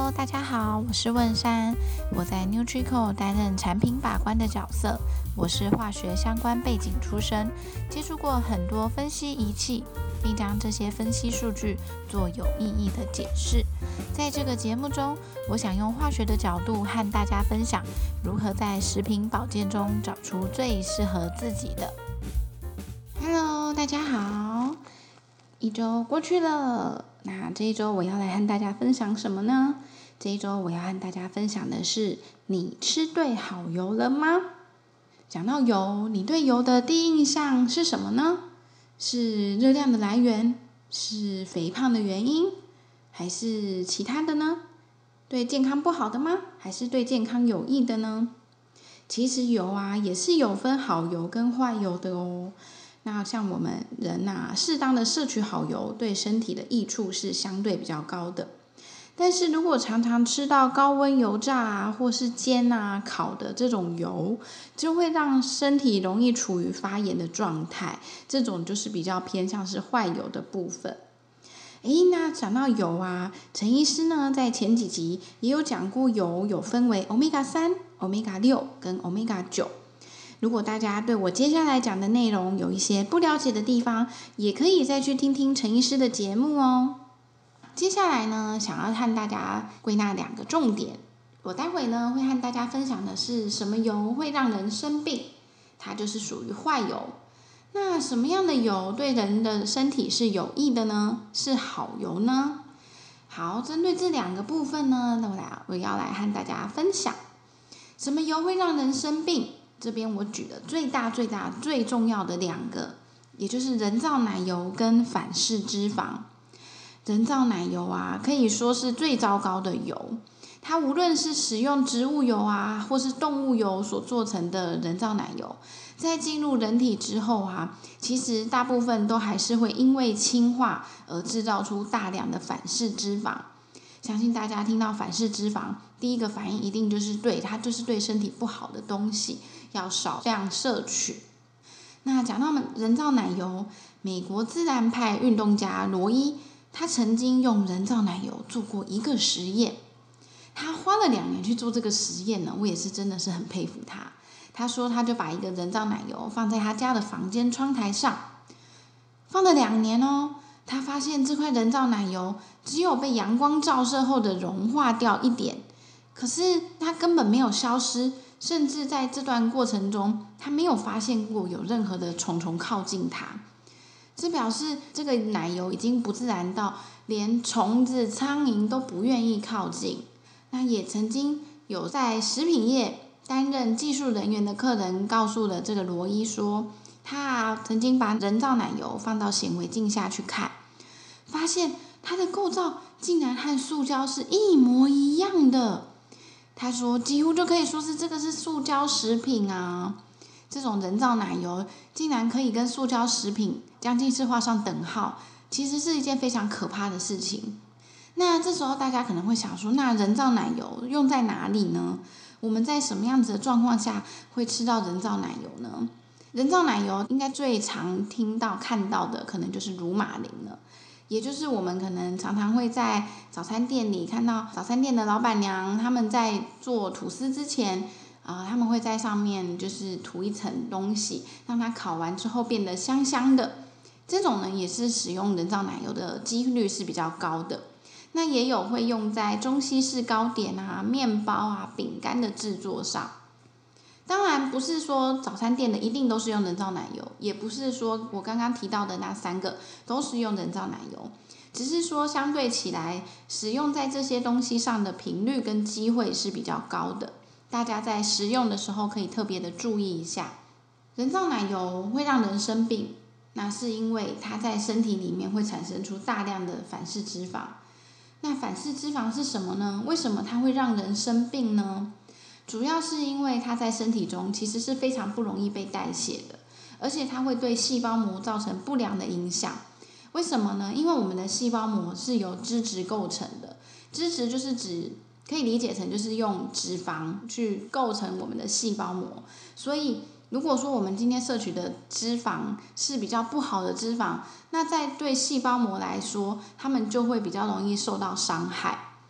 Hello， 大家好，我是问山，我在 NutriCore 担任产品把关的角色。我是化学相关背景出身，接触过很多分析仪器，并将这些分析数据做有意义的解释。在这个节目中，我想用化学的角度和大家分享，如何在食品保健中找出最适合自己的。Hello， 大家好，一周过去了，那这一周我要来和大家分享什么呢？这一周我要和大家分享的是，你吃对好油了吗？讲到油，你对油的第一印象是什么呢？是热量的来源？是肥胖的原因？还是其他的呢？对健康不好的吗？还是对健康有益的呢？其实油啊，也是有分好油跟坏油的哦。那像我们人啊，适当的摄取好油，对身体的益处是相对比较高的。但是如果常常吃到高温油炸啊，或是煎啊、烤的这种油，就会让身体容易处于发炎的状态，这种就是比较偏向是坏油的部分。那讲到油啊，陈医师呢在前几集也有讲过，油有分为 Omega-3、Omega-6 跟 Omega-9。如果大家对我接下来讲的内容有一些不了解的地方，也可以再去听听陈医师的节目哦。接下来呢，想要和大家归纳2个重点。我待会呢会和大家分享的是什么油会让人生病，它就是属于坏油。那什么样的油对人的身体是有益的呢？是好油呢？好，针对这2个部分呢，我要来和大家分享什么油会让人生病。这边我举了最重要的2个，也就是人造奶油跟反式脂肪。人造奶油啊，可以说是最糟糕的油。它无论是使用植物油啊，或是动物油所做成的人造奶油，在进入人体之后啊，其实大部分都还是会因为氢化而制造出大量的反式脂肪。相信大家听到反式脂肪，第一个反应一定就是它就是对身体不好的东西，要少量摄取。那讲到人造奶油，美国自然派运动家罗伊，他曾经用人造奶油做过一个实验。他花了2年去做这个实验呢，我也是真的是很佩服他。他说他就把一个人造奶油放在他家的房间窗台上，放了2年哦。他发现这块人造奶油只有被阳光照射后的融化掉一点，可是它根本没有消失，甚至在这段过程中，他没有发现过有任何的虫虫靠近它。这表示这个奶油已经不自然到连虫子、苍蝇都不愿意靠近。那也曾经有在食品业担任技术人员的客人告诉了这个罗伊说，他曾经把人造奶油放到显微镜下去看，发现它的构造竟然和塑胶是一模一样的。他说几乎就可以说是这个是塑胶食品啊。这种人造奶油竟然可以跟塑胶食品将近是画上等号，其实是一件非常可怕的事情。那这时候大家可能会想说，那人造奶油用在哪里呢？我们在什么样子的状况下会吃到人造奶油呢？人造奶油应该最常听到看到的可能就是乳马林了，也就是我们可能常常会在早餐店里看到早餐店的老板娘他们在做吐司之前他们会在上面就是涂一层东西，让它烤完之后变得香香的。这种呢也是使用人造奶油的几率是比较高的。那也有会用在中西式糕点啊、面包啊、饼干的制作上。当然不是说早餐店的一定都是用人造奶油，也不是说我刚刚提到的那3个都是用人造奶油，只是说相对起来使用在这些东西上的频率跟机会是比较高的。大家在食用的时候可以特别的注意一下。人造奶油会让人生病，那是因为它在身体里面会产生出大量的反式脂肪。那反式脂肪是什么呢？为什么它会让人生病呢？主要是因为它在身体中其实是非常不容易被代谢的，而且它会对细胞膜造成不良的影响。为什么呢？因为我们的细胞膜是由脂质构成的，脂质就是可以理解成就是用脂肪去构成我们的细胞膜，所以如果说我们今天摄取的脂肪是比较不好的脂肪，那在对细胞膜来说，它们就会比较容易受到伤害。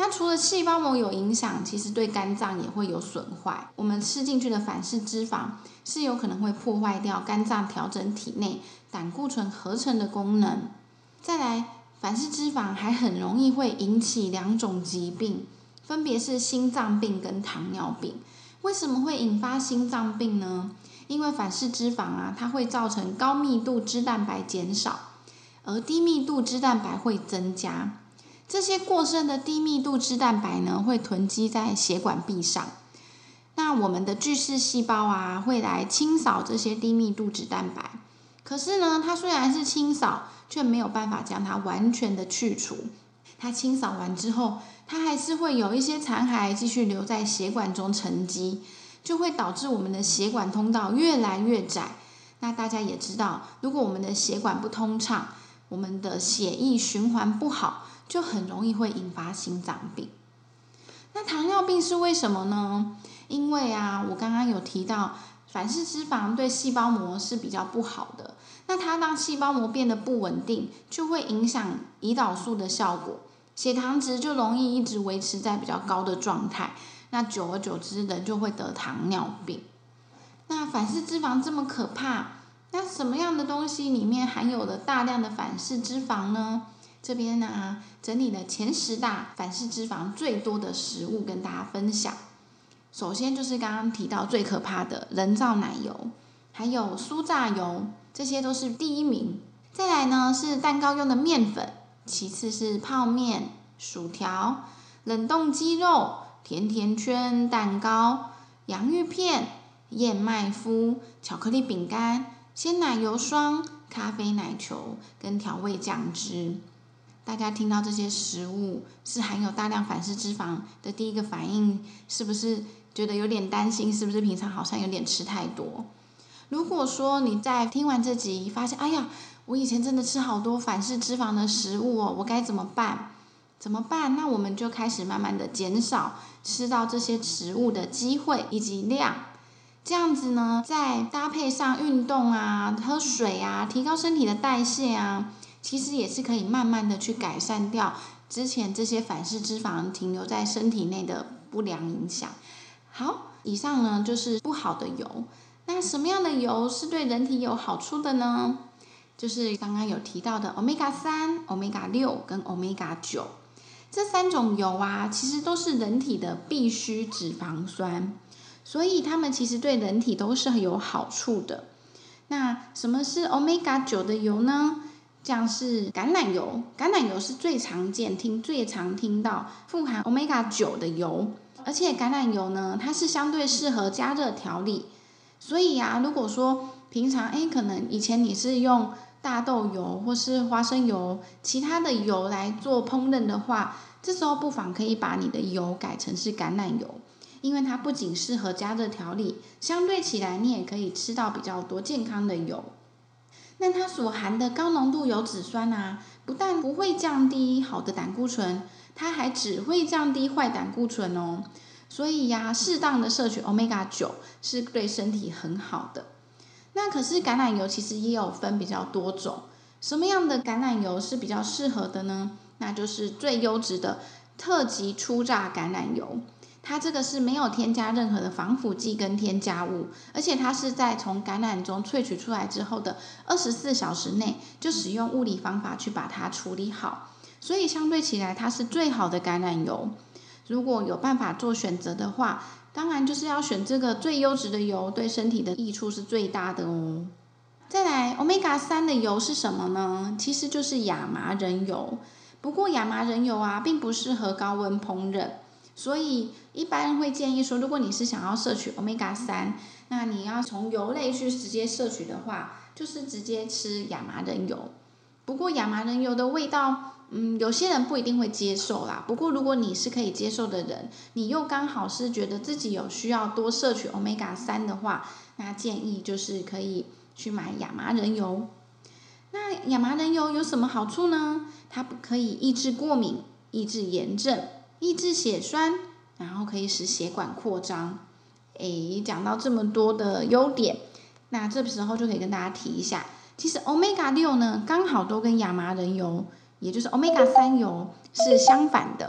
那除了细胞膜有影响，其实对肝脏也会有损坏。我们吃进去的反式脂肪是有可能会破坏掉肝脏调整体内胆固醇合成的功能。再来，反式脂肪还很容易会引起2种疾病，分别是心脏病跟糖尿病。为什么会引发心脏病呢？因为反式脂肪它会造成高密度脂蛋白减少，而低密度脂蛋白会增加。这些过剩的低密度脂蛋白呢，会囤积在血管壁上。那我们的巨噬细胞会来清扫这些低密度脂蛋白。可是呢，它虽然是清扫，却没有办法将它完全的去除。它清扫完之后，它还是会有一些残骸继续留在血管中沉积，就会导致我们的血管通道越来越窄。那大家也知道，如果我们的血管不通畅，我们的血液循环不好，就很容易会引发心脏病。那糖尿病是为什么呢？因为我刚刚有提到，反式脂肪对细胞膜是比较不好的。那它让细胞膜变得不稳定，就会影响胰岛素的效果，血糖值就容易一直维持在比较高的状态。那久而久之，人就会得糖尿病。那反式脂肪这么可怕，那什么样的东西里面含有了大量的反式脂肪呢？这边整理了前10大反式脂肪最多的食物跟大家分享。首先就是刚刚提到最可怕的人造奶油，还有酥炸油，这些都是第1名。再来呢是蛋糕用的面粉，其次是泡面、薯条、冷冻鸡肉、甜甜圈、蛋糕、洋芋片、燕麦麸、巧克力饼干、鲜奶油霜、咖啡奶球跟调味酱汁。大家听到这些食物是含有大量反式脂肪的第一个反应，是不是觉得有点担心？是不是平常好像有点吃太多？如果说你在听完这集发现，哎呀，我以前真的吃好多反式脂肪的食物我该怎么办？怎么办？那我们就开始慢慢的减少吃到这些食物的机会以及量。这样子呢，再搭配上运动喝水提高身体的代谢其实也是可以慢慢的去改善掉之前这些反式脂肪停留在身体内的不良影响。好，以上呢就是不好的油。那什么样的油是对人体有好处的呢？就是刚刚有提到的 Omega-3、Omega-6 跟 Omega-9。这3种油其实都是人体的必需脂肪酸，所以它们其实对人体都是有好处的。那什么是 Omega-9 的油呢？像是橄榄油，橄榄油是最常听到富含 Omega-9 的油，而且橄榄油呢，它是相对适合加热调理。所以如果说平常可能以前你是用大豆油或是花生油其他的油来做烹饪的话，这时候不妨可以把你的油改成是橄榄油，因为它不仅适合加热调理，相对起来你也可以吃到比较多健康的油。那它所含的高浓度油脂酸不但不会降低好的胆固醇，它还只会降低坏胆固醇哦。所以适当的摄取 Omega-9 是对身体很好的。那可是橄榄油其实也有分比较多种，什么样的橄榄油是比较适合的呢？那就是最优质的特级初榨橄榄油。它这个是没有添加任何的防腐剂跟添加物，而且它是在从橄榄中萃取出来之后的24小时内就使用物理方法去把它处理好，所以相对起来它是最好的橄榄油。如果有办法做选择的话，当然就是要选这个最优质的油，对身体的益处是最大的哦。再来 Omega-3 的油是什么呢？其实就是亚麻仁油。不过亚麻仁油并不适合高温烹饪，所以一般会建议说，如果你是想要摄取 Omega-3， 那你要从油类去直接摄取的话，就是直接吃亚麻仁油。不过亚麻仁油的味道有些人不一定会接受啦。不过如果你是可以接受的人，你又刚好是觉得自己有需要多摄取 Omega-3 的话，那建议就是可以去买亚麻仁油。那亚麻仁油有什么好处呢？它可以抑制过敏、抑制炎症、抑制血栓，然后可以使血管扩张。讲到这么多的优点，那这时候就可以跟大家提一下，其实 Omega-6 呢刚好都跟亚麻仁油也就是 Omega-3 油是相反的。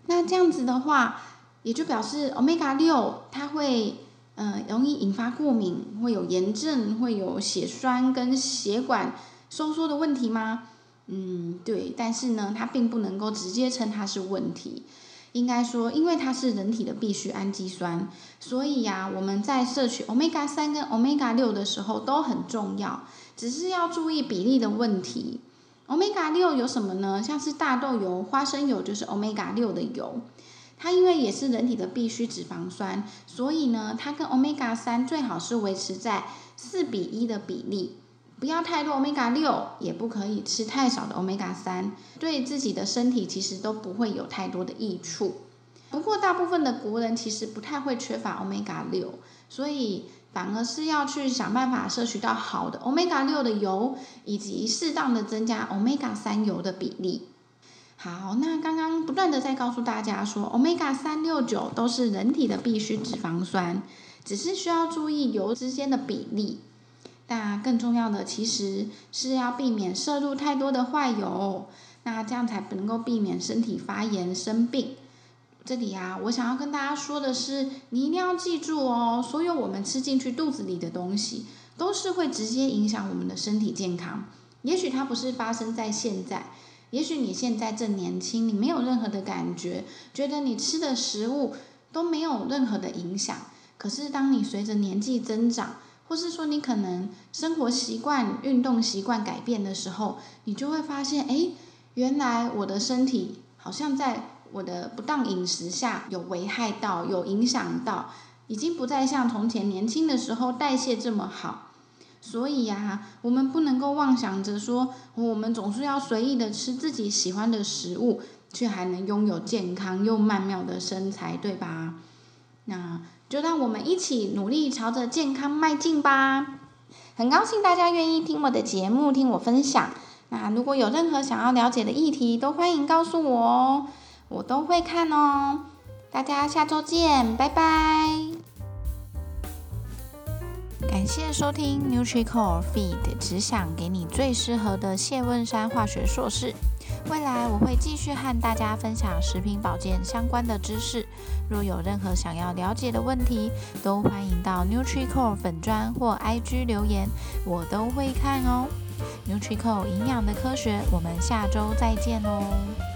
那这样子的话，也就表示 Omega-6 它会容易引发过敏，会有炎症，会有血栓跟血管收缩的问题吗？对，但是呢，它并不能够直接称它是问题。应该说，因为它是人体的必需氨基酸，所以我们在摄取 Omega-3 跟 Omega-6 的时候都很重要，只是要注意比例的问题。Omega-6 有什么呢？像是大豆油、花生油就是 Omega-6 的油。它因为也是人体的必需脂肪酸，所以呢，它跟 Omega-3 最好是维持在4:1的比例。不要太多 Omega-6，也不可以吃太少的 Omega-3，对自己的身体其实都不会有太多的益处。不过大部分的国人其实不太会缺乏 Omega-6，所以反而是要去想办法摄取到好的 Omega-6 的油，以及适当的增加 Omega-3 油的比例。好，那刚刚不断的在告诉大家说 Omega-3、6、9都是人体的必需脂肪酸，只是需要注意油之间的比例。那更重要的其实是要避免摄入太多的坏油，那这样才能够避免身体发炎生病。这里我想要跟大家说的是，你一定要记住哦，所有我们吃进去肚子里的东西，都是会直接影响我们的身体健康。也许它不是发生在现在，也许你现在正年轻，你没有任何的感觉，觉得你吃的食物都没有任何的影响。可是当你随着年纪增长，或是说你可能生活习惯、运动习惯改变的时候，你就会发现，原来我的身体好像在我的不当饮食下有危害到，有影响到，已经不再像从前年轻的时候代谢这么好。所以我们不能够妄想着说，我们总是要随意的吃自己喜欢的食物，却还能拥有健康又曼妙的身材，对吧？那就让我们一起努力朝着健康迈进吧。很高兴大家愿意听我的节目，听我分享。那如果有任何想要了解的议题，都欢迎告诉我哦，我都会看哦。大家下周见，拜拜。感谢收听 NutriCore Feed， 只想给你最适合的谢问山化学硕士。未来我会继续和大家分享食品保健相关的知识。若有任何想要了解的问题，都欢迎到 NutriCore 粉专或 IG 留言，我都会看哦。NutriCore 营养的科学，我们下周再见哦。